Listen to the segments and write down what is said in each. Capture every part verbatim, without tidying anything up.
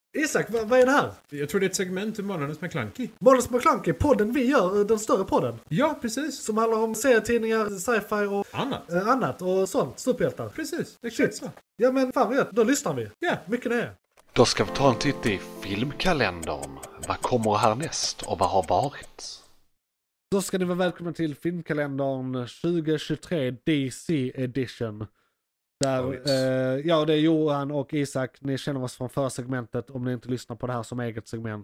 Isak, vad, vad är det här? Jag tror det är ett segment ur Månadens McKlunky. Månadens McKlunky, podden vi gör, den större podden. Ja, precis. Som handlar om serietidningar, sci-fi och annat, äh, annat och sånt. Superhjältar. Precis, exakt så. Ja men fan vet, då lyssnar vi. Ja, mycket det är. Då ska vi ta en titt i filmkalendern. Vad kommer härnäst och vad har varit? Då ska ni vara välkomna till filmkalendern tjugo tjugotre D C edition. Där, oh, yes. eh, ja det är Johan och Isak, ni känner oss från förra segmentet. Om ni inte lyssnar på det här som eget segment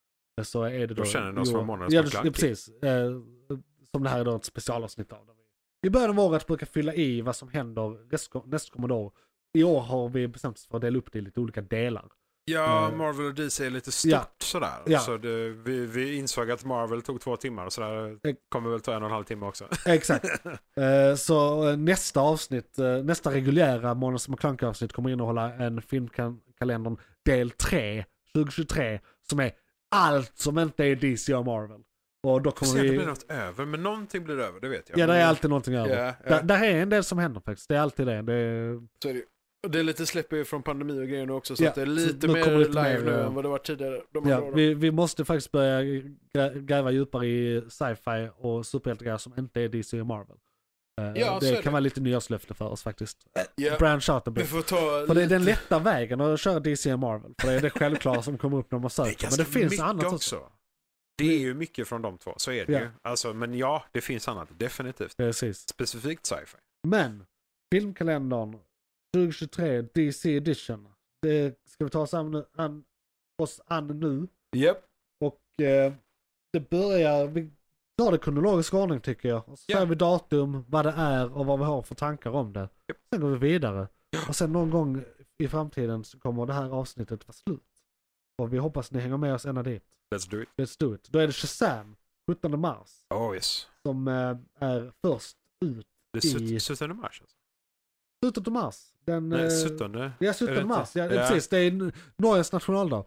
så är det då... Då känner ni oss från Månadens ja, McKlunky. Ja, precis. Eh, som det här är då ett specialavsnitt av. I början av året brukar fylla i vad som händer nästkommande år. I år har vi bestämt oss för att dela upp det i lite olika delar. Ja, Marvel och D C är lite stort ja. sådär. Ja. Så det, vi, vi insåg att Marvel tog två timmar och sådär. Det kommer väl ta en och en halv timme också. Exakt. uh, så uh, nästa avsnitt, uh, nästa reguljära Månadens McKlunky-avsnitt kommer innehålla en filmkalendern del tre, tjugo tjugotre, som är allt som inte är D C och Marvel. Och då kommer vi... Det blir något över, men någonting blir över, det vet jag. Ja, det är alltid någonting över. Ja, ja. Där, där är en del som händer faktiskt, det är alltid det. det är... Så är det. Och det är lite släpper från pandemi och grejer nu också, så ja, att det är lite mer lite live mer, nu ja. än vad det var tidigare. De ja, vi, vi måste faktiskt börja grä, gräva djupare i sci-fi och superhjältegrejer som inte är D C och Marvel. Uh, ja, det kan det. vara lite nyårslöfte för oss faktiskt. Yeah. Branch out a bit. Vi får ta för lite... det är den lätta vägen att köra D C och Marvel. För det är det självklara som kommer upp när man söker. Det men det finns annat också. också. Det är ju mycket från de två, så är det ja. ju. Alltså, men ja, det finns annat, definitivt. Precis. Specifikt sci-fi. Men, filmkalendern tjugo tjugotre D C edition. Det ska vi ta oss an, an, oss an nu. Yep. Och eh, det börjar, vi tar det kronologisk ordning tycker jag. Och så yeah. säger vi datum, vad det är och vad vi har för tankar om det. Yep. Sen går vi vidare. Och sen någon gång i framtiden så kommer det här avsnittet vara slut. Och vi hoppas ni hänger med oss ända dit. Let's do it. Let's do it. Då är det Shazam, sjuttonde mars. Oh yes. Som eh, är först ut det är i... sjuttonde mars alltså. sjuttonde mars. Den, Nej, eh, sjuttonde. Ja, sjuttonde mars. Ja, ja. Precis, det är Norges nationaldag.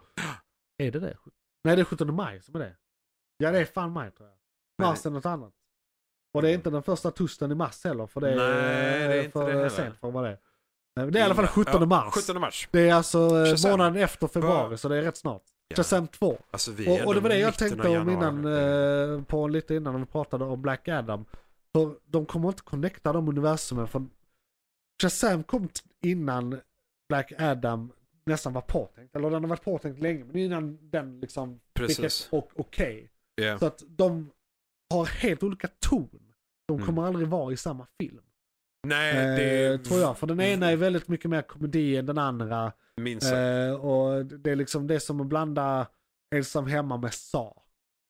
Är det det? Nej, det är sjuttonde maj som är det. Ja, det är fan maj tror jag. Mars är något annat. Och det är inte den första torsdagen i mars heller. För det är, Nej, det är inte för det sent för vad det är. Det är i alla fall sjuttonde mars. Ja, sjuttonde mars. Det är alltså Shazam. månaden efter februari, Va? så det är rätt snart. Ja. Shazam två. Alltså, vi och, och det var det jag mitten tänkte av om innan, januari. eh, på lite innan när vi pratade om Black Adam. För de kommer inte connecta de universumen. För Shazam kom t- innan Black Adam nästan var påtänkt. Eller den har varit påtänkt länge, men innan den liksom Precis. fick ett och okej. Okay. Yeah. Så att de har helt olika ton. De Mm. kommer aldrig vara i samma film. Nej, det eh, tror jag. För den ena är väldigt mycket mer komedi än den andra. minns Eh, och det är liksom det är som att blanda Ensam hemma med Sa.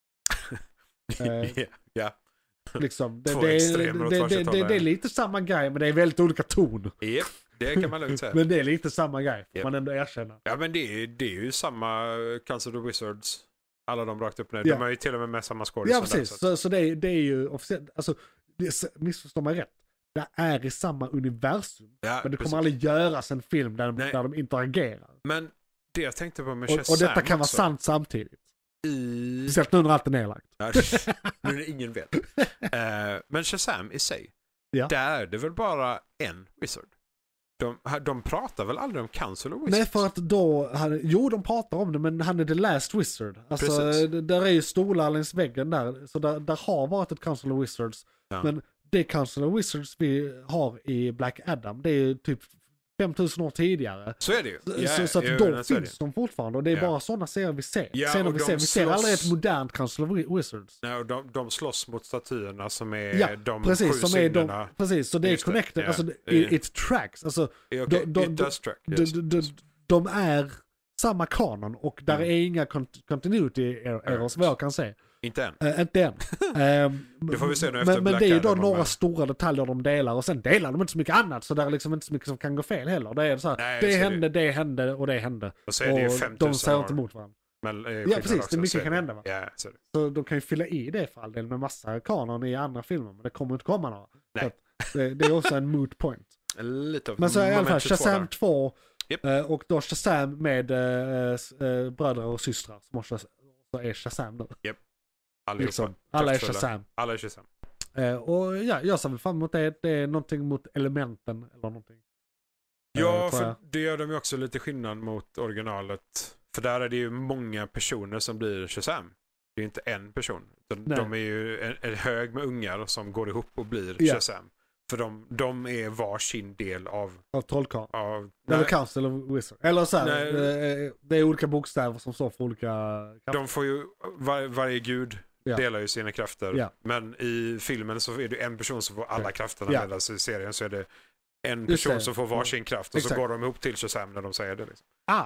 Ja. ja. Liksom. Det, Två det, extremer åt det, varsitt det, håll det, det är där. lite samma grej, men det är väldigt olika ton. Yep, det kan man lugnt säga. Men det är lite samma grej, får Yep. man ändå erkänna. Ja, men det är, det är ju samma Council of the Wizards. Alla de rakt upp nu. Ja. De har ju till och med med samma skådespelare. Ja, precis. Så, så det, är, det är ju officiellt, alltså, det, missförstår mig rätt. Det är i samma universum. Ja, men det precis. kommer aldrig göras en film där, Nej. där de interagerar. Men det jag tänkte på med Och, Shazam och detta kan också, vara sant samtidigt. I... Speciellt nu när allt är nedlagt. Ja, nu är det ingen vet. Uh, men Shazam i sig, Ja. där är det väl bara en wizard. De, de pratar väl aldrig om Council of Wizards? Nej, för att då, han, jo de pratar om det, men han är the last wizard. Alltså, Precis. d- där är ju stolar längs väggen där, så där, där har varit ett Council of Wizards. Ja. Men det Council of Wizards vi har i Black Adam, det är ju typ fem tusen år tidigare. Så är det ju. Så, Ja, så, så att jo, då men så är finns det. de fortfarande, och det är Ja. bara sådana serier vi ser. Ja, Sen och vi, de ser vi ser slåss- aldrig ett modernt Council of Wizards. Nej, och de, de slåss mot statyerna som är Ja, de precis, sju som är de, synderna. precis, så det är Just det, connected, ja. alltså Det är- it, it tracks, alltså Ja, okej, de- de- it does track. de, Yes. de, de, de är samma kanon och där Mm. är inga cont- continuity er- errors vad jag kan säga. Inte än. Uh, inte än. Ehm, Det får vi se nu efter men, men Black det är ju då Adam, några men- stora detaljer de delar och sen delar de inte så mycket annat, så där är liksom inte så mycket som kan gå fel heller. Det är så här, Nej, det så är det. hände, det hände och det hände. Och så är det ju Och fem de tusen säger år. inte emot varandra. Men, eh, Ja skillnad precis, också, det mycket så är kan hända va? Ja, så är det. Så de kan ju fylla i det för all del med massa kanon i andra filmer, men det kommer inte komma några. Nej. Så att det, det är också en moot point. Lite av Men så i alla fall moment tjugotvå Shazam där. två Japp. eh, och då Shazam med eh, s- eh, bröder och systrar som också så är Shazam nu. Allihopa. Liksom, alla är Kraftfulla. Shazam. Alla är Shazam. Eh, och ja, jag ser väl fram emot det. Det är någonting mot elementen eller någonting. Eh, Ja, tror för jag. det gör de ju också lite skillnad mot originalet. För där är det ju många personer som blir Shazam. Det är ju inte en person. De, de är ju en, en hög med ungar som går ihop och blir Ja. Shazam. För de, de är varsin del av... Av trollkarl. av Eller Council of Wizard. Eller så här, Nej. eh, det är olika bokstäver som står för olika... De får ju, var, varje gud Ja. delar ju sina krafter. Ja. Men i filmen så är det en person som får alla Ja. krafterna. Ja. Medan i serien så är det en Just person det. som får varsin kraft. Och Exakt. så går de ihop till Shazam när de säger det. Liksom. Ah!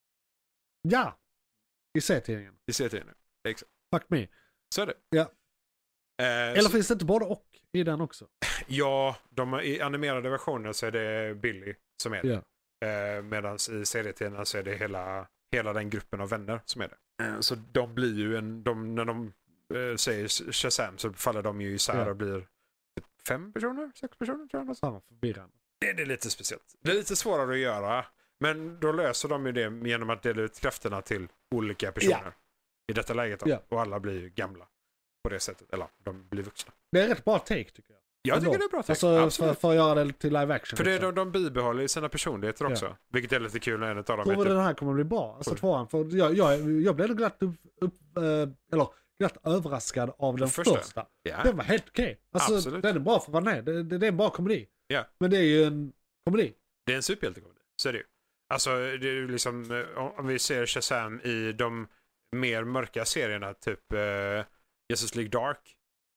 Ja! I serietidningen. I serien. Exakt. Fuck me. Så är det. Ja. Eh, Eller så, finns det inte både och i den också? ja, de, i animerade versioner så är det Billy som är det. Ja. Eh, Medan i serietidningarna så är det hela, hela den gruppen av vänner som är det. Eh, så de blir ju en... De, när de eh, säger Shazam så faller de ju isär Ja. och blir typ fem personer, sex personer tror jag. Fan vad förvirrande. Det, det är lite speciellt. Det är lite svårare att göra. Men då löser de ju det genom att dela ut krafterna till olika personer. Ja. I detta läget då. Ja. Och alla blir ju gamla. På det sättet. Eller de blir vuxna. Det är rätt bra take tycker jag. Jag Ändå. tycker det är bra. Tack. Alltså för, Absolut. för att göra det till live action. För det, liksom. de, de bibehåller ju sina personligheter också. Ja. Vilket är lite kul när en av dem Tror är vi typ... den här kommer bli bra? Alltså Oj. tvåan. För jag, jag, jag blev glatt upp, upp eh, eller glatt överraskad av den första. första. Ja. Den var helt okej. Alltså Absolut. den är bra för vad den är. Det, det, det är en bra komedi. Ja. Men det är ju en komedi. Det är en superhjältekomedi. Så är det ju. Alltså det är ju liksom... eh, Om vi ser Shazam i de mer mörka serierna. Typ uh, Justice League Dark.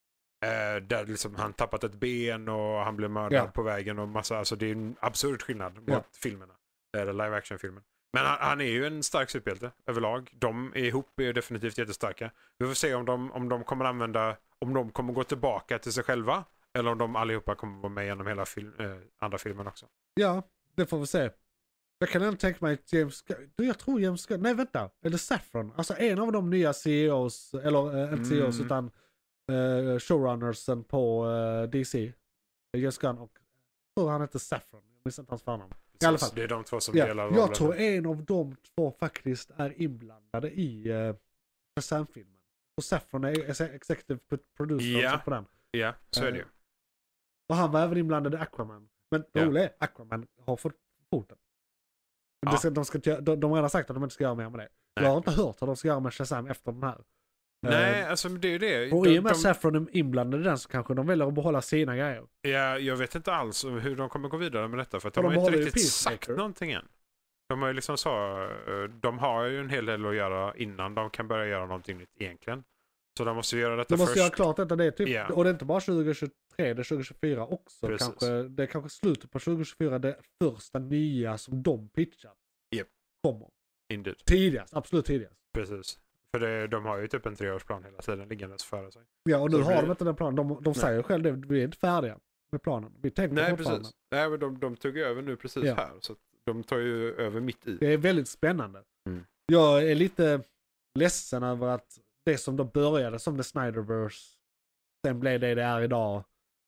Eh, där liksom han tappat ett ben och han blev mördad Ja. på vägen och massa, alltså det är en absurd skillnad mot Ja. filmerna. Eller live action filmen. Men han, han är ju en stark superhjälte överlag. De är ihop är ju definitivt jättestarka. Vi får se om de, om de kommer använda, om de kommer gå tillbaka till sig själva eller om de allihopa kommer vara med genom hela film, eh, andra filmen också. Ja, det får vi se. Jag kan ändå tänka mig att James Gunn, du jag tror James Gunn, nej vänta, eller Saffron, alltså en av de nya C E Os, eller äh, inte C E Os Mm. utan uh, showrunnersen på uh, D C, James Gunn och jag tror han heter Saffron, jag minns inte hans förnamn. I alla fall. Det är de två som Ja, delar rollen. jag tror en av de två faktiskt är inblandade i uh, Shazam-filmen. Och Saffron är ex- executive producer Ja. också på den. Ja, så är det ju. Och han var även inblandad i Aquaman. Men det Ja. roliga är Aquaman har fått foten. Ja. Det ska, de, ska, inte göra- de, de har redan sagt att de inte ska göra mer med det. Nej. Jag har inte hört vad de ska göra med Shazam efter den här. Nej, Eh, alltså det är ju det. och De- i och med de- att Saffron är inblandad i den så kanske de väljer att behålla sina grejer. Ja, jag vet inte alls hur de kommer gå vidare med detta för att de, För de har inte håller ju riktigt Peacemaker. sagt någonting än. De har ju liksom så, eh, de har ju en hel del att göra innan de kan börja göra någonting nytt egentligen. Så de måste göra detta De måste först. göra klart detta. Det är typ, Ja. och det är inte bara tjugohundratjugotre, det är tjugohundratjugofyra också. Precis. Kanske, det är kanske slutet på tjugohundratjugofyra det första nya som de pitchar. Japp. Kommer. Indeed. Tidigast, absolut tidigast. Precis. För det, de har ju typ en treårsplan hela tiden liggandes före sig. Ja, och nu Så har blir- de inte den planen. De, de säger själv det, vi är inte färdiga med planen. Vi tänker Nej, fortfarande. precis. Nej, men de, de tog ju över nu precis Ja. här. Så att de tar ju över mitt i. Det är väldigt spännande. Mm. Jag är lite ledsen över att det som då började som The Snyderverse, sen blev det det är idag,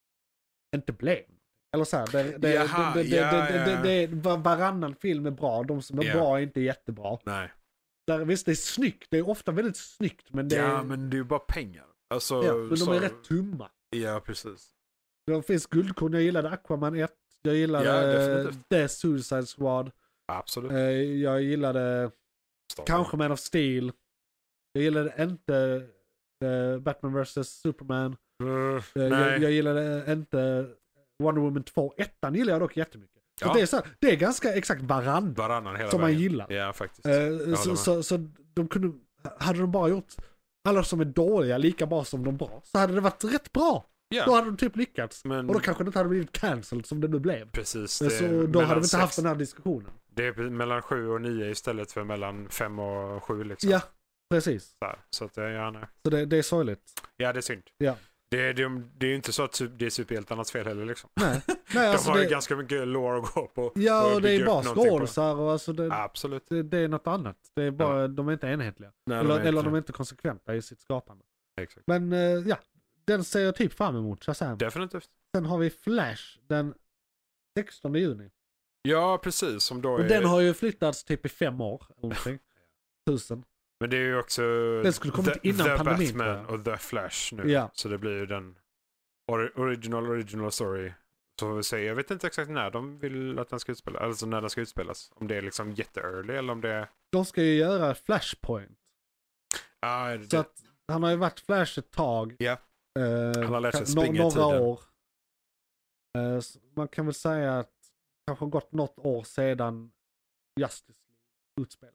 inte blev. Eller så här, det, det, Jaha, det, det, ja, det, det, ja. det, det, var- varannan film är bra, de som är Ja. bra är inte jättebra. Nej. Där, visst, det är snyggt, det är ofta väldigt snyggt, men det är, Ja, men det är ju bara pengar. Alltså, ja, men de så- är rätt tumma. Ja, precis. Det finns guldkorn, jag gillade Aquaman ett, jag Ja, gillade definitivt. The Suicide Squad, Absolut. eh, jag gillade Star Wars. kanske Man of Steel. Jag gillade inte eh, Batman versus Superman. Uh, Eh, nej. jag, jag gillade inte Wonder Woman två. Ettan gillar jag dock jättemycket. Så Ja. det, är så här, det är ganska exakt varann Varannan hela som man vägen. gillar. Ja, faktiskt. Eh, håller så, med. så, så de kunde, hade de bara gjort alla som är dåliga lika bra som de bra, så hade det varit rätt bra. Ja, Då hade de typ lyckats. men Och då kanske det inte hade blivit cancelled som det nu blev. precis. Eh, Det så är då mellan hade vi inte haft sex- den här diskussionen. Det är mellan sju och nio istället för mellan fem och sju liksom. Ja, precis. Så, här. Så att, ja, nej. Så det, det är sorgligt. Ja, det är synd. Ja. Det, det, det är ju inte så att det är superhjältarnas fel heller liksom. Nej, Nej De alltså har ju det, ganska mycket lore att gå på. ja, och det bygga är bara upp någonting på. skådisar och alltså det, Absolut. det, det är något annat. Det är bara, de är inte enhetliga. Nej, eller, är eller inte- de är inte konsekventa i sitt skapande. Exakt. Men eh, ja, den ser jag typ fram emot. Shazam. Definitivt. Sen har vi Flash den sextonde juni. Ja, precis. Som då Och är... den har ju flyttats typ i fem år. Eller någonting. Tusen. Men det är ju också Den skulle kommit the, innan the pandemin, Batman tror och The Flash nu. Ja. Så det blir ju den or- original original story Så får vi se. Jag vet inte exakt när de vill att den ska utspelas. Alltså när den ska utspelas. Om det är liksom jätte-early eller om det är... De ska ju göra Flashpoint. Ah, det... Så att han har ju varit Flash ett tag. Ja. Eh, Han har lärt sig ka- springa i några tiden. år. Eh, så man kan väl säga att kanske gått något år sedan Justice League utspelades.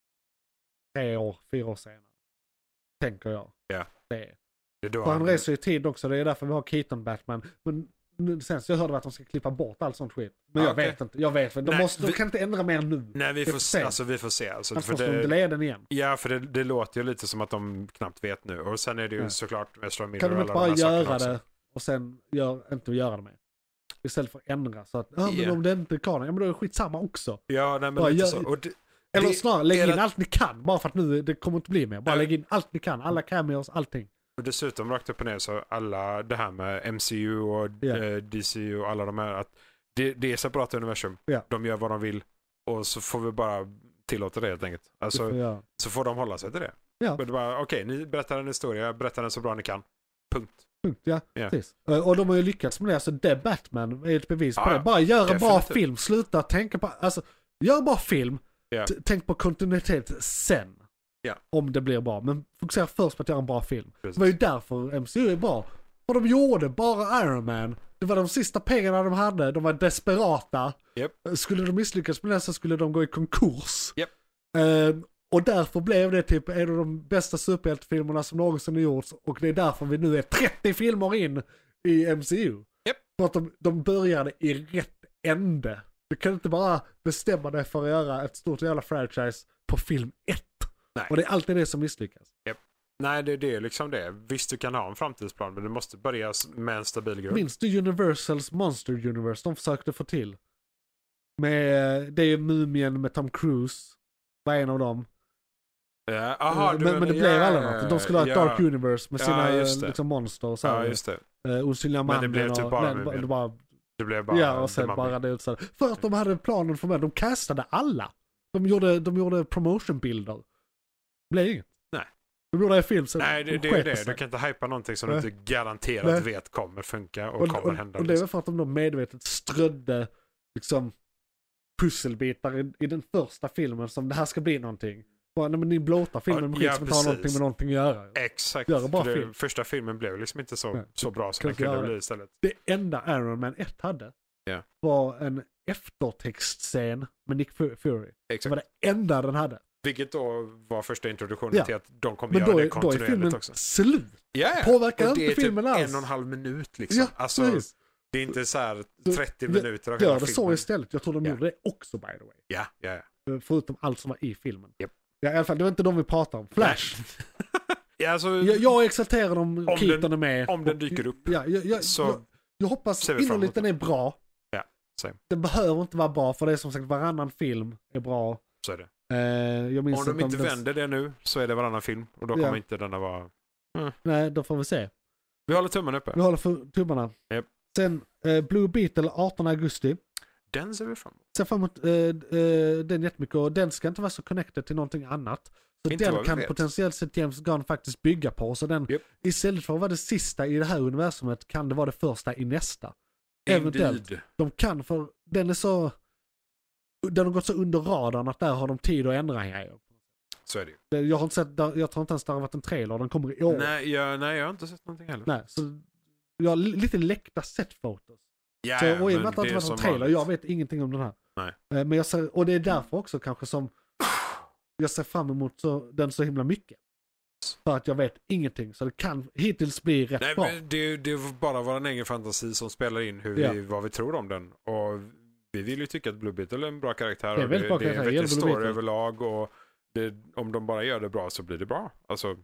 Tre år, fyra år senare. Tänker jag. Ja. Det är. Det är då För han han... reser ju tid också, det är därför vi har Keaton Batman. Men nu, sen så jag hörde att de ska klippa bort allt sånt skit. Men Ja, jag okej. vet inte, jag vet inte. De, Nej, måste, de vi- kan inte ändra mer nu. Nej, vi Det är får för se. sent. Alltså, vi får se. Alltså, Annars för måste de det... delaya den igen. Ja, för det, det låter ju lite som att de knappt vet nu. Och sen är det ju Ja. såklart med Storm Kan de och inte alla bara de här göra sakerna det också. och sen gör, inte göra det mer? Istället för att ändra. Så att, ja men Ja. om det inte kan, ja men då är det skitsamma också. Ja, nej, men Bara lite gör- så. Och det, Eller det- snarare, lägg är in det- allt ni kan. Bara för att nu, det kommer inte bli mer. Bara Ja. lägg in allt ni kan. Alla cameos, allting. Och dessutom rakt upp och ner så alla det här med M C U och Ja. eh, D C U och alla de här att det, det är separata universum. Ja. De gör vad de vill och så får vi bara tillåta det helt enkelt. Det Alltså, får jag- så får de hålla sig till det. Ja. Och det bara, okej, ni berättar en historia, berättar den så bra ni kan. Punkt. Punkt, ja, Ja. precis. Eh, Och de har ju lyckats med det. Alltså The Batman är ett bevis på Ja, det. Bara gör en bra definitivt. film. Sluta tänka på, alltså, gör bara film. Ja. T- Tänk på kontinuitet sen. Ja. Om det blir bra. Men fokusera först på att göra en bra film. Precis. Det var ju därför M C U är bra. För de gjorde bara Iron Man. Det var de sista pengarna de hade. De var desperata. Japp. Skulle de misslyckas med det så skulle de gå i konkurs. Japp. Eh, och därför blev det typ en av de bästa superhjältefilmerna som någonsin har gjorts. Och det är därför vi nu är trettio filmer in i M C U. Japp. För att de, de började i rätt ände. Du kan inte bara bestämma dig för att göra ett stort jävla franchise på film ett. Nej. Och det är alltid det som misslyckas. Nej, det, det är liksom det. Visst, du kan ha en framtidsplan, men du måste börja s- med en stabil grund. Minns du Universals Monster Universe de försökte få till? Med, det är ju Mumien med Tom Cruise. Var en av dem. Ja, aha, men, du men menar- det blev ja, aldrig något. De skulle ha ett ja. Dark Universe med Ja, sina just det. liksom, monster och så här. Ja, just det. Uh, Osynliga Men det mannen blev typ och, bara nej, Mumien. det bara, Det blev bara... ja, och sen The Mummy. bara det utsatt. För att de hade planen för mig. De castade alla. De gjorde, de gjorde promotionbilder. Blev inget. Nej. De gjorde en film sen. Nej, det, de det är ju sket det. sig. Du kan inte hypa någonting som Nej. du inte garanterat Nej. vet kommer funka och, Och, kommer och, hända. och det är väl liksom. för att de då medvetet strödde liksom pusselbitar i, i den första filmen som det här ska bli någonting. Bara, nej, men ni blåtar filmen Ja, med skit ja, som inte har precis. någonting med någonting att göra. Exakt. Gör en bra För det, film. första filmen blev liksom inte så, Nej. så bra som Kan den inte kunde göra bli det. istället. Det enda Iron Man ett hade Ja. var en eftertextscen med Nick Fu- Fury. Det Exakt. var det enda den hade. Vilket då var första introduktionen Ja. till att de kommer Men göra då det är, då är kontinuerligt filmen också. slut. Ja, ja. Påverkar Och det inte är typ filmen alls. en och en halv minut liksom. Ja, alltså, precis. det är inte så här Så, trettio gö- minuter av Gör hela det så filmen. istället. Jag tror de Ja. gjorde det också by the way. Ja, ja, ja. Förutom allt som var i filmen. Japp. Ja, i alla fall, det var inte de vi pratade om. Flash. ja alltså, Jag, jag är exalterad om, Om Keaton den- är med. om den Och- dyker upp. Ja, jag, jag, Så jag, jag hoppas ser vi fram innerligt emot den är bra. Ja, same. Den behöver inte vara bra för det är som sagt varannan film är bra. så är det. Eh, jag minns Om de inte inte den- vänder det nu så är det varannan film. Och då Ja. kommer inte denna vara... Nej, då får vi se. Vi håller tummen uppe. Vi håller för tummarna. Japp. Sen eh, Blue Beetle artonde augusti. Den ser vi fram emot. Ser fram emot eh, eh, den jättemycket och den ska inte vara så connected till någonting annat. Så Inte den vad vi kan vet. potentiellt sett James Gunn faktiskt bygga på. Så den, Japp. istället för att vara det sista i det här universumet kan det vara det första i nästa. Eventuellt. Indeed. De kan för den är så, den har gått så under radarn att där har de tid att ändra grejer. Så är det ju. Det- Jag har inte sett, jag tror inte ens det har varit en trailer, den kommer i år. Nej jag, nej, jag har inte sett någonting heller. Nej, så jag har li- lite läckta set-fotos. Ja, Så, ja, och i och men med att det det inte är varit någon som trailer, vanligt. jag vet ingenting om den här. Nej. Eh, Men jag ser, och det är därför också kanske som jag ser fram emot så, den så himla mycket. För att jag vet ingenting, så det kan hittills bli rätt Nej, bra. men det, det är bara vår egen fantasi som spelar in hur Ja. vi, vad vi tror om den. Och vi vill ju tycka att Blue Beetle är en bra karaktär. Det är och väldigt bra det, det är karaktär. en Jag vettig gillar Blue story Beetle. överlag. Och det, om de bara gör det bra så blir det bra. Alltså,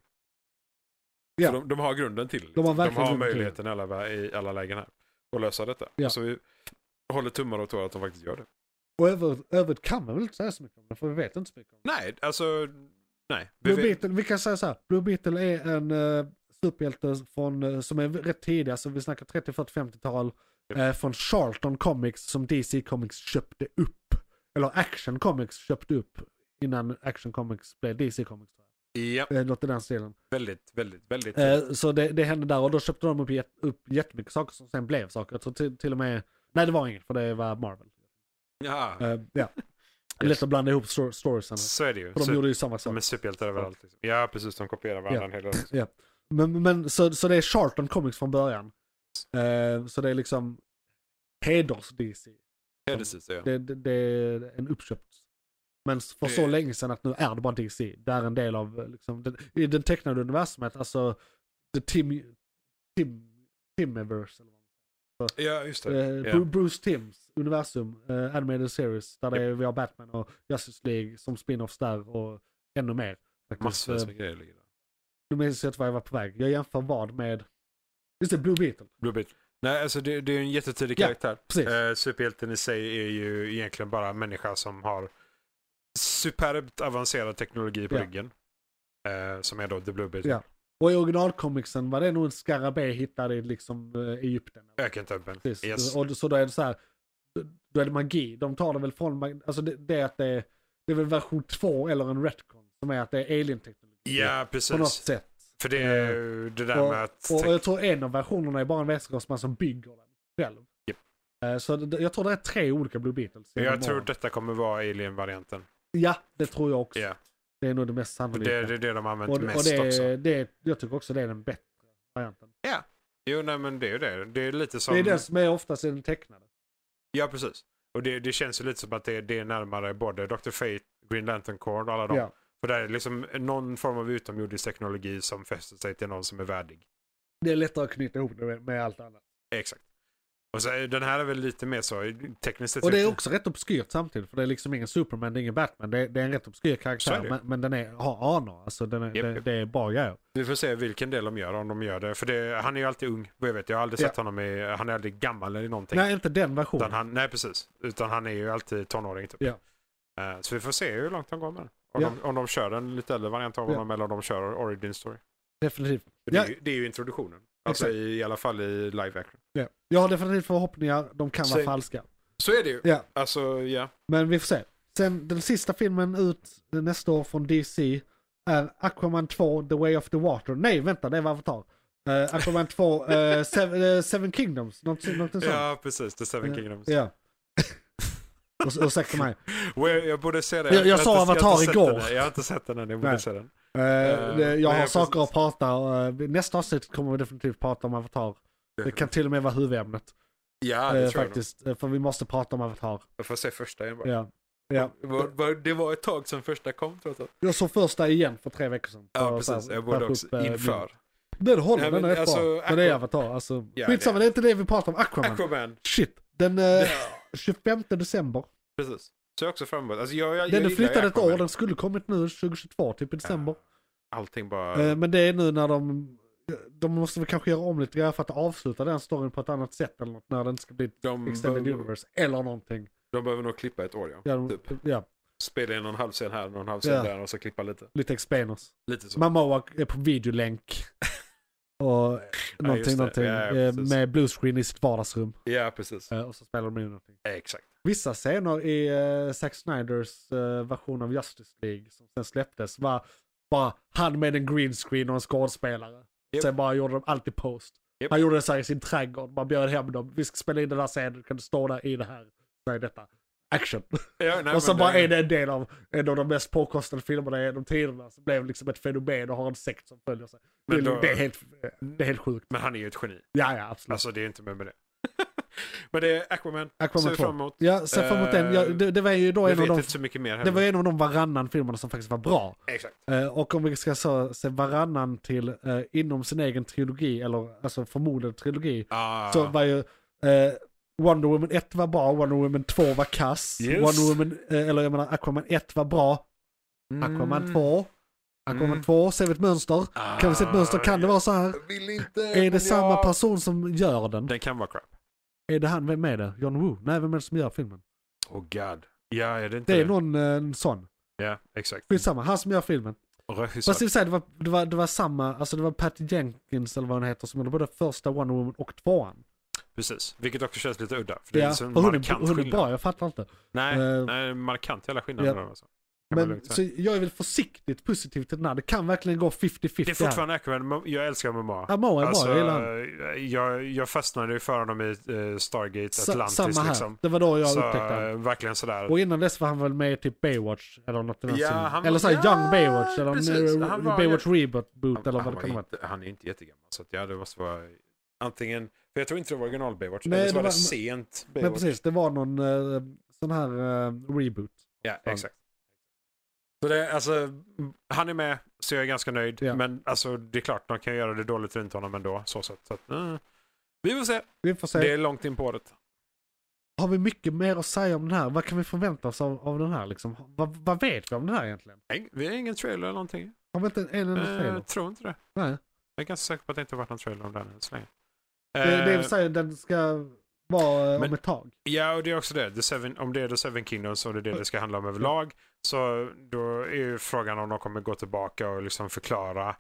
Ja. för de, de har grunden till. De har de verkligen har grunden till. möjligheten i alla, vä- i alla lägen här. Att lösa detta. Ja. Så vi håller tummar och tår att de faktiskt gör det. Och övrigt, övrigt kan man väl inte säga så mycket om det, för vi vet inte så mycket om det. Nej, alltså... Nej. Vi Blue vet, Beetle, vi kan säga så här, Blue Beetle är en uh, superhjälte från, uh, som är rätt tidig, alltså vi snackar trettio, fyrtio, femtiotal, uh, från Charlton Comics som D C Comics köpte upp. Eller Action Comics köpte upp innan Action Comics blev D C Comics. ja, Uh, något i den stilen. väldigt, väldigt, väldigt. Uh, så det, det hände där och då köpte de upp, jät, upp jättemycket saker som sen blev saker. Jag tror till, till och med Nej, det var inget, för det var Marvel. Ja, Uh, ja. Det är lätt att blanda ihop stor- storiesen. så är det ju. För de Så, gjorde ju samma sak. med superhjältar överallt. Liksom. Ja, precis. De kopierar varandra Ja. en hel del. Ja. Men, men så, så det är Charlton Comics från början. Uh, så det är liksom heders-D C. Ja, precis. Ja. Det, det, det är en uppköpt. Men för så Det- länge sedan att nu är det bara D C. Det är en del av liksom, den, i den tecknade universumet, alltså the Tim, Tim, Timiverse. Eller vad. ja, just det. Eh, Ja. Bru- Bruce Timms universum, eh, animated series, där det är, vi har Batman och Justice League som spin-offs där och ännu mer. Faktiskt. Massvis Eh, med grejer ligger där. Du minns jag var jag var på väg. Jag jämför vad med, just det, Blue Beetle. Blue Beetle. Nej, alltså det, det är ju en jättetidig Ja, karaktär. precis. Eh, superhjälten i sig är ju egentligen bara en människa som har superbt avancerad teknologi på Ja. ryggen. Eh, som är då The Blue Beetle. Ja. Och i originalcomicsen var det nog en skarabé hittad i liksom eh, Egypten. Ökentubben. Precis. Yes. Och så då är det så här, då är det magi. De tar det väl från, mag- alltså det, det är att det är, det är väl version två eller en retcon som är att det är alien-teknologi. Ja, På något precis. sätt. För det är ju det där och, med att... och, tek- och jag tror en av versionerna är bara en vetenskapsman som bygger den själv. Japp. Eh, Så det, jag tror det är tre olika Blue Beetles. genom jag tror åren. detta kommer vara alien-varianten. Ja, det tror jag också. Ja. Det är nog det mest Och sannolika. det, det är det de har använt och, och mest det, också. det, jag tycker också det är den bättre varianten. Jo, nej men det är ju det. Det är lite som... Det är den som är oftast den tecknade. Ja, precis. Och det, det känns ju lite som att det, det är närmare både doktor Fate, Green Lantern Corps och alla dem. Ja. För det är liksom någon form av utomjordisk teknologi som fäster sig till någon som är värdig. Det är lättare att knyta ihop det med, med allt annat. Exakt. Och så, är- den här är väl lite mer så tekniskt sett. Och det är vet- också rätt obskyrt samtidigt. För det är liksom ingen Superman, det är ingen Batman. Det är, det är en rätt obskyr Så är karaktär. det. Men, men den är, har anor. Alltså den är, Japp, det, japp. det är bra grejer. Vi får se vilken del de gör, om de gör det. För det, han är ju alltid ung, vad jag vet. Jag har aldrig Ja. sett honom i... Han är aldrig gammal eller någonting. Nej, inte den versionen. Utan han, nej, precis. Utan han är ju alltid tonåring typ. Ja. Eh, så vi får se hur långt de går med den. Om, Ja. de, om de kör en lite äldre variant av Ja. honom eller om de kör origin story. Definitivt. För det, Ja. är ju, det är ju introduktionen. Alltså Exakt. i, i alla fall i live action. Ja. Jag har definitivt förhoppningar. De kan vara Så- falska. Så är det ju. Ja. Alltså, ja. Men vi får se. Sen den sista filmen ut nästa år från D C är Aquaman två, The Way of the Water. Nej, vänta, det var Avatar. Uh, Aquaman två, uh, seven, uh, seven Kingdoms. Något, något sånt. Ja, precis. The Seven Kingdoms. Ja. Urs- Ursäkta mig. Well, jag borde se det. Jag- jag har sa inte- Avatar har inte sett igår. den än. Jag har inte sett den än. Jag borde Nej. se den. Uh, det, jag men har jag saker precis. att prata. Uh, nästa avsnitt kommer vi definitivt prata om Avatar. Det kan till och med vara huvudämnet. Ja, det uh, tror faktiskt. Uh, för vi måste prata om Avatar. jag. Jag får se första igen bara. Ja. Ja. Det, var, var, det var ett tag sedan första kom, tror jag. Jag såg första igen för tre veckor sedan. Ja, För- precis. för- Jag för borde att också upp, uh, min- inför. Men det håller, Nej, den men är rätt alltså, bra. Men det är Aqua- Avatar, alltså. Ja, Skitsamma, det är inte det vi pratar om. Aquaman. Aquaman. Shit. Den eh, tjugofemte december. Precis. Så jag också fram emot. Alltså, jag, jag, Den är jag gillar flyttad ett Aquaman. år, den skulle kommit nu tjugohundratjugotvå, typ i december. Allting bara... Eh, men det är nu när de, de måste väl kanske göra om lite grejer för att avsluta den storyn på ett annat sätt eller något, när den ska bli de, Extended behöver, Universe eller någonting. de behöver nog klippa ett år, ja. Ja, de, Typ. ja Spela in en halv scen här, någon halv scen Ja. där och så klippa lite. lite explainers. Lite så. Momoa är på videolänk. Och någonting, just det. någonting Ja, ja, eh, precis. med bluescreen i sitt vardagsrum. Ja, precis. Eh, och så spelar de in någonting. Exakt. Vissa scener i uh, Zack Snyders uh, version av Justice League som sen släpptes var bara han med en green screen och en skådespelare. Yep. Sen bara gjorde de alltid post. Yep. Han gjorde det så här i sin trädgård, bara bjöd hem dem. Vi ska spela in den här scenen, kan du stå där i det här? Så är detta. Action. Ja, nej, och så men bara det- är det en del av en av de mest påkostade filmerna genom tiderna. Så blev det liksom ett fenomen och har en sekt som följer sig. Det, Men är- då- det, är helt, det är helt sjukt. Men han är ju ett geni. Ja, ja, absolut. Alltså det är inte med med det. Men det är Aquaman. Aquaman Ser vi två. fram emot. Ja, se fram emot den. Ja, det, det var ju då Jag en av vet de... inte så mycket mer Det heller. var en av de varannan filmerna som faktiskt var bra. Exakt. Eh, och om vi ska så, se varannan till eh, inom sin egen trilogi, eller alltså förmodad trilogi, Ah. så var ju eh, Wonder Woman ett var bra, Wonder Woman två var kass, Yes. Wonder Woman, eh, eller jag menar Aquaman ett var bra, Aquaman Mm. två, Aquaman Mm. två, ser vi ett mönster? Ah, Kan vi se ett mönster? Kan det vara så här? Jag vill inte. Är det men samma jag- person som gör den? Den kan vara crap. Är det han, vem är det? John Woo? Nej, vem är det som gör filmen? Oh god. Ja, är det inte Det är någon eh, en sån. Ja, exakt. Skitsamma, han som gör filmen. Och regissör. Fast det, vill säga, det, var, det, var, det var samma, alltså det var Patty Jenkins eller vad hon heter som gjorde både första Wonder Woman och tvåan. Precis. Vilket också känns lite udda. För det är Ja, liksom och hon, markant är, hon är skillnad. bra, jag fattar inte. Nej, Eh, nej, markant jävla skillnad. ja. Där, alltså. Men så jag är väl försiktigt positiv till den här. Det kan verkligen gå femtio femtio. Det är fortfarande Aquaman. Jag älskar Momoa. Ja, Momoa är alltså, bra. Jag, jag, jag fastnade ju för honom i uh, Stargate Atlantis. Samma här. Liksom. Det var då jag så, upptäckte uh, verkligen sådär. Och innan dess var han väl med i typ Baywatch. Eller något. Ja, han, eller såhär ja, Young Baywatch. Eller precis. en, Han var, Baywatch Reboot boot, han, eller han vad det kan vara. inte, han är inte jättegammal. Så att, ja, det måste vara antingen... För jag tror inte det var original Baywatch. Nej, eller så det var det var- sent Men Baywatch. precis, det var någon uh, sån här uh, reboot. Ja, exakt. Så det, alltså, han är med, så jag är ganska nöjd. Ja. Men alltså, det är klart, de kan göra det dåligt runt honom ändå. Så, så, så att, uh, vi får se. Vi får se. Det är långt in på året. Har vi mycket mer att säga om den här? Vad kan vi förvänta oss av, av den här liksom? Vad, vad vet vi om den här egentligen? Nej, vi har ingen trailer eller någonting. Har vi inte en enda Jag trailer? tror inte det. Nej. Jag är ganska säker på att det inte har varit någon trailer om den än så länge. Det, det Eh, vill säga den ska vara men- om ett tag. Ja, och det är också det. The Seven, om det är The Seven Kingdoms och det är det det ska handla om överlag. Så då är ju frågan om de kommer gå tillbaka och liksom förklara.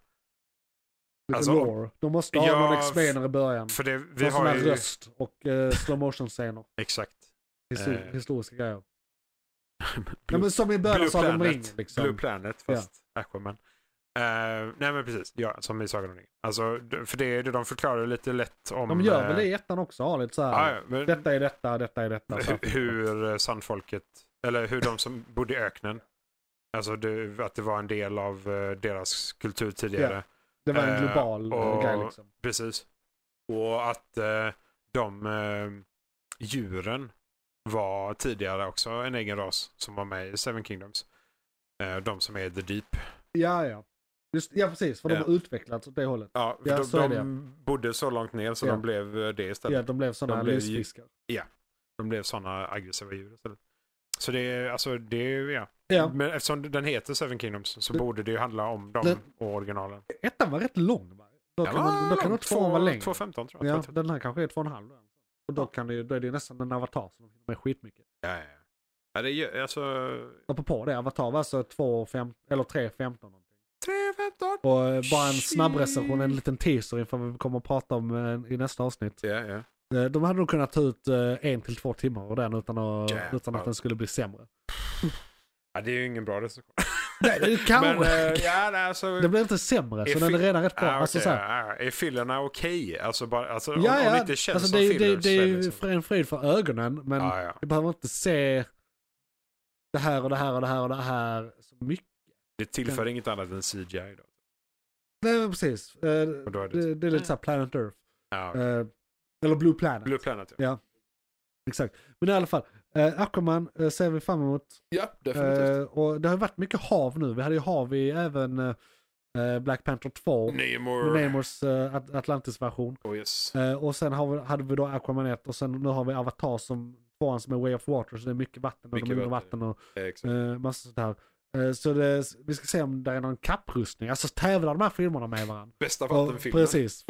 Lite alltså, lore. De måste ha ja, någon explainer i början. För det, vi Någon sån har här ju... röst och uh, slow motion scener. Exakt. Histor- Eh. Historiska grejer. Blue, Ja, men som i början Blue sa de Planet. ring liksom. Blue Planet, fast Aquaman. Uh, nej men precis, ja, som i Sagan om ringen. Alltså, d- för det är det de förklarar lite lätt om... De gör väl det eh, i ettan också, har lite så här. ja, ja, men, Detta är detta, detta är detta. så här. hur, hur eh, sandfolket, eller hur de som bodde i öknen, alltså det, att det var en del av eh, deras kultur tidigare. Det var en eh, global och- och, grej liksom. Precis. Och att eh, de eh, djuren var tidigare också en egen ras som var med i Seven Kingdoms. Eh, de som är The Deep. Ja, ja. Just, ja, precis. För de Ja. har utvecklats åt det hållet. Ja, för Ja, de, så är de bodde så långt ner så Ja. de blev eh, det istället. Ja, de blev sådana De blev ju- lysfiskar. De blev sådana aggressiva djur istället. Så det är, alltså det är, ja. Ja. Men eftersom den heter Seven Kingdoms så Det- borde det ju handla om dem Det- och originalen. Ettan var rätt lång. Va? Då kan, man, då kan nog tvåan vara längre. två femton tror jag. Ja, två- den här kanske är två och en halv. Och då, kan det, ju- då är det ju nästan en avatar som de hinner med skitmycket. Ja, ja, ja. Ja, det är ju, alltså... Apropå det, avatar var alltså två, fem, eller tre, femton någonting. tre femton! Och eh, bara en snabb recension, en liten teaser inför vad vi kommer att prata om eh, i nästa avsnitt. Ja, ja. Eh, De hade nog kunnat ta ut eh, en till två timmar och den utan, att, Jävlar. utan att den skulle bli sämre. Ja, det är ju ingen bra recension. Nej, det kan Men, eh, ja, nej, alltså... Det blir inte sämre, så Är den är fi- redan rätt bra. Ah, alltså, okej, så här, ja, är fillerna okej? Alltså, bara, alltså om, ja, om ja, det inte känns alltså, som det, det, fillers. det är så ju liksom- en frid för ögonen, men Ja, ja. vi behöver inte se det här och det här och det här och det här så mycket. Det tillför inget annat än C G I då. Nej, men precis. Eh, Och då är det- det, det är lite såhär Planet Earth. Ja, okej. Eh, eller Blue Planet. Blue Planet, ja. Ja. Exakt. Men i alla fall, eh, Aquaman eh, ser vi fram emot. Ja, Eh, och det har varit mycket hav nu. Vi hade ju hav i även eh, Black Panther två. Namor. Namors eh, At- Atlantis-version. Oh, yes. Eh, och sen har vi, hade vi då Aquaman ett och sen nu har vi Avatar som tvåan som är Way of Water, så det är mycket vatten och Mycket de är under vatten. vatten och Ja, exakt. eh, massa sånt här. Eh, så det, vi ska se om det är någon kapprustning. Alltså tävlar de här filmerna med varandra. Bästa Och, vattenfilmen. precis.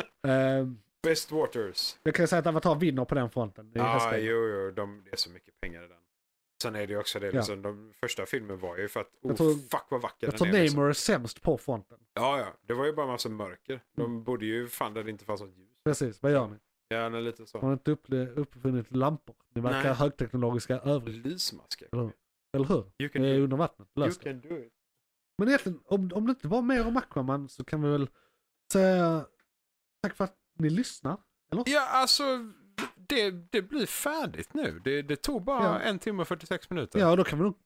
eh, Best Waters. jag kan säga att Avatar vinner på den fronten. Det är Ja, hästväg. jo, jo. De, det är så mycket pengar i den. Sen är det ju också det, Ja. liksom, de första filmen var ju för att, oh, Jag tror- fuck vad vacker Jag tror den är. Liksom. Namor är sämst på fronten. Ja, ja. Det var ju bara massa mörker. De bodde ju fan där det inte fanns något ljus. Precis, vad gör ni? Ja, det är lite Har så. ni inte upp, uppfunnit lampor? Ni verkar Nej. högteknologiska övrigt. Lysmasker. Eller hur? Eller hur? You can Det är do it. under vattnet. You Lös det. can do it. Men egentligen, om, om det inte var mer om Aquaman så kan vi väl säga tack för att ni lyssnar. Eller? Ja, alltså det, det blir färdigt nu. Det, det tog bara Ja. en timme och fyrtiosex minuter. Ja, och då kan vi nog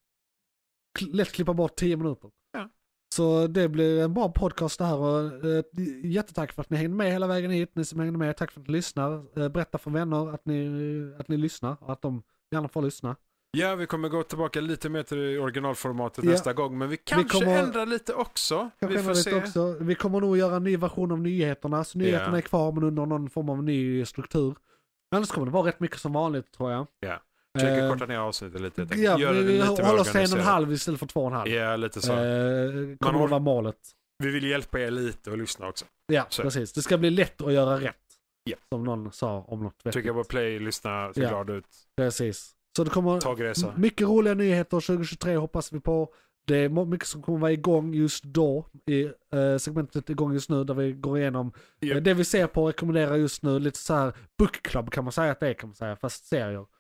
kl- lätt klippa bort tio minuter. Ja. Så det blir en bra podcast det här och eh, jättetack för att ni hängde med hela vägen hit. Ni som hängde med, tack för att ni lyssnar. Eh, berätta för vänner att ni, att ni lyssnar och att de gärna får lyssna. Ja, vi kommer gå tillbaka lite mer till originalformatet Ja. nästa gång. Men vi kanske kommer- ändrar lite också. Kanske vi får lite se. också. Vi kommer nog göra en ny version av nyheterna. Så nyheterna Ja. är kvar men under någon form av ny struktur. Annars kommer det vara rätt mycket som vanligt tror jag. Ja. Försöker Eh, korta ner avsnittet lite. helt Ja, enkelt. Göra vi, det vi lite mer håller oss till en och en organiserat. halv istället för två och en halv. Ja, lite så. Eh, Man kommer or- att vara målet. Vi vill hjälpa er lite och lyssna också. Ja, Så. precis. Det ska bli lätt att göra rätt. Ja. Som någon sa om något vettigt. Trycka på play, lyssna, se Ja. glad ut. Precis. Så det kommer Tagresa. m- mycket roliga nyheter tjugohundratjugotre hoppas vi på. Det är må- mycket som kommer vara igång just då. I eh, segmentet igång just nu där vi går igenom Ja. eh, det vi ser på och rekommenderar just nu. Lite så här book club kan man säga att det är kan man säga. Fast serier.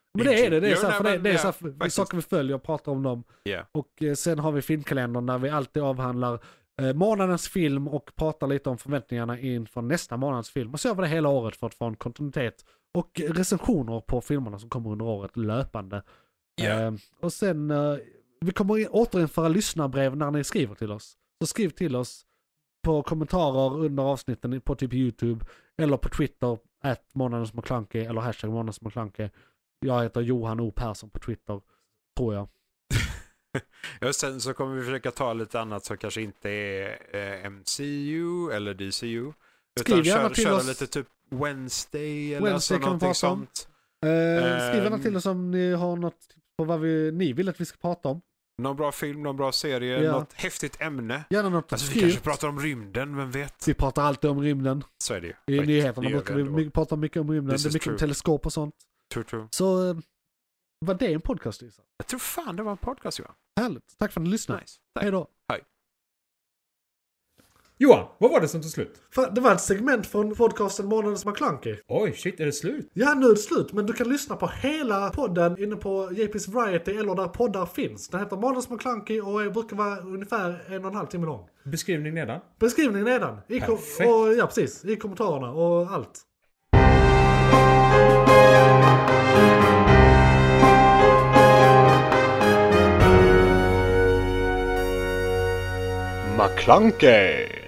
Men det är det, det är, Jo, så här, nej, för det, men, det är ja, så här, faktiskt. saker vi följer och pratar om dem. Yeah. Och eh, sen har vi filmkalendern där vi alltid avhandlar eh, månadens film och pratar lite om förväntningarna inför nästa månads film. Och så gör vi det hela året för att få en kontinuitet och recensioner på filmerna som kommer under året löpande. Yeah. Eh, och sen, eh, vi kommer återinföra lyssnarbrev när ni skriver till oss. Så skriv till oss på kommentarer under avsnitten på typ YouTube eller på Twitter, at månadens McClunky eller hashtag månadens McClunky. Jag heter Johan O. Persson på Twitter, tror jag. Ja, sen så kommer vi försöka ta lite annat som kanske inte är eh, M C U eller D C U. Skriv Utan gärna köra, till köra oss. lite typ Wednesday eller Wednesday alltså kan vi någonting prata om. sånt. Eh, skriv gärna Ehm. till oss om ni har något på vad vi, ni vill att vi ska prata om. Någon bra film, någon bra serie, Ja. något häftigt ämne. Gärna något Alltså vi obskyrt. kanske pratar om rymden, vem vet? Vi pratar alltid om rymden. Så är det ju. I Faktiskt. nyheterna Det gör brukar vi ändå. mycket, prata mycket om rymden. This Det är is mycket om true. teleskop och sånt. True, true. Så eh, var det en podcast, Lisa? Jag tror fan det var en podcast, Johan. Härligt. Tack för att ni lyssnade. Nice. Tack. Hej då. Johan, vad var det som tog slut? Fan, det var ett segment från podcasten Månadens McClunky. Oj, shit, är det slut? Ja, nu är det slut. Men du kan lyssna på hela podden inne på J P's Variety eller där poddar finns. Den heter Månadens McClunky och brukar vara ungefär en och en halv timme lång. Beskrivning nedan. Beskrivningen nedan. I kom- Perfekt. och, ja, precis. I kommentarerna och allt. McClunkey!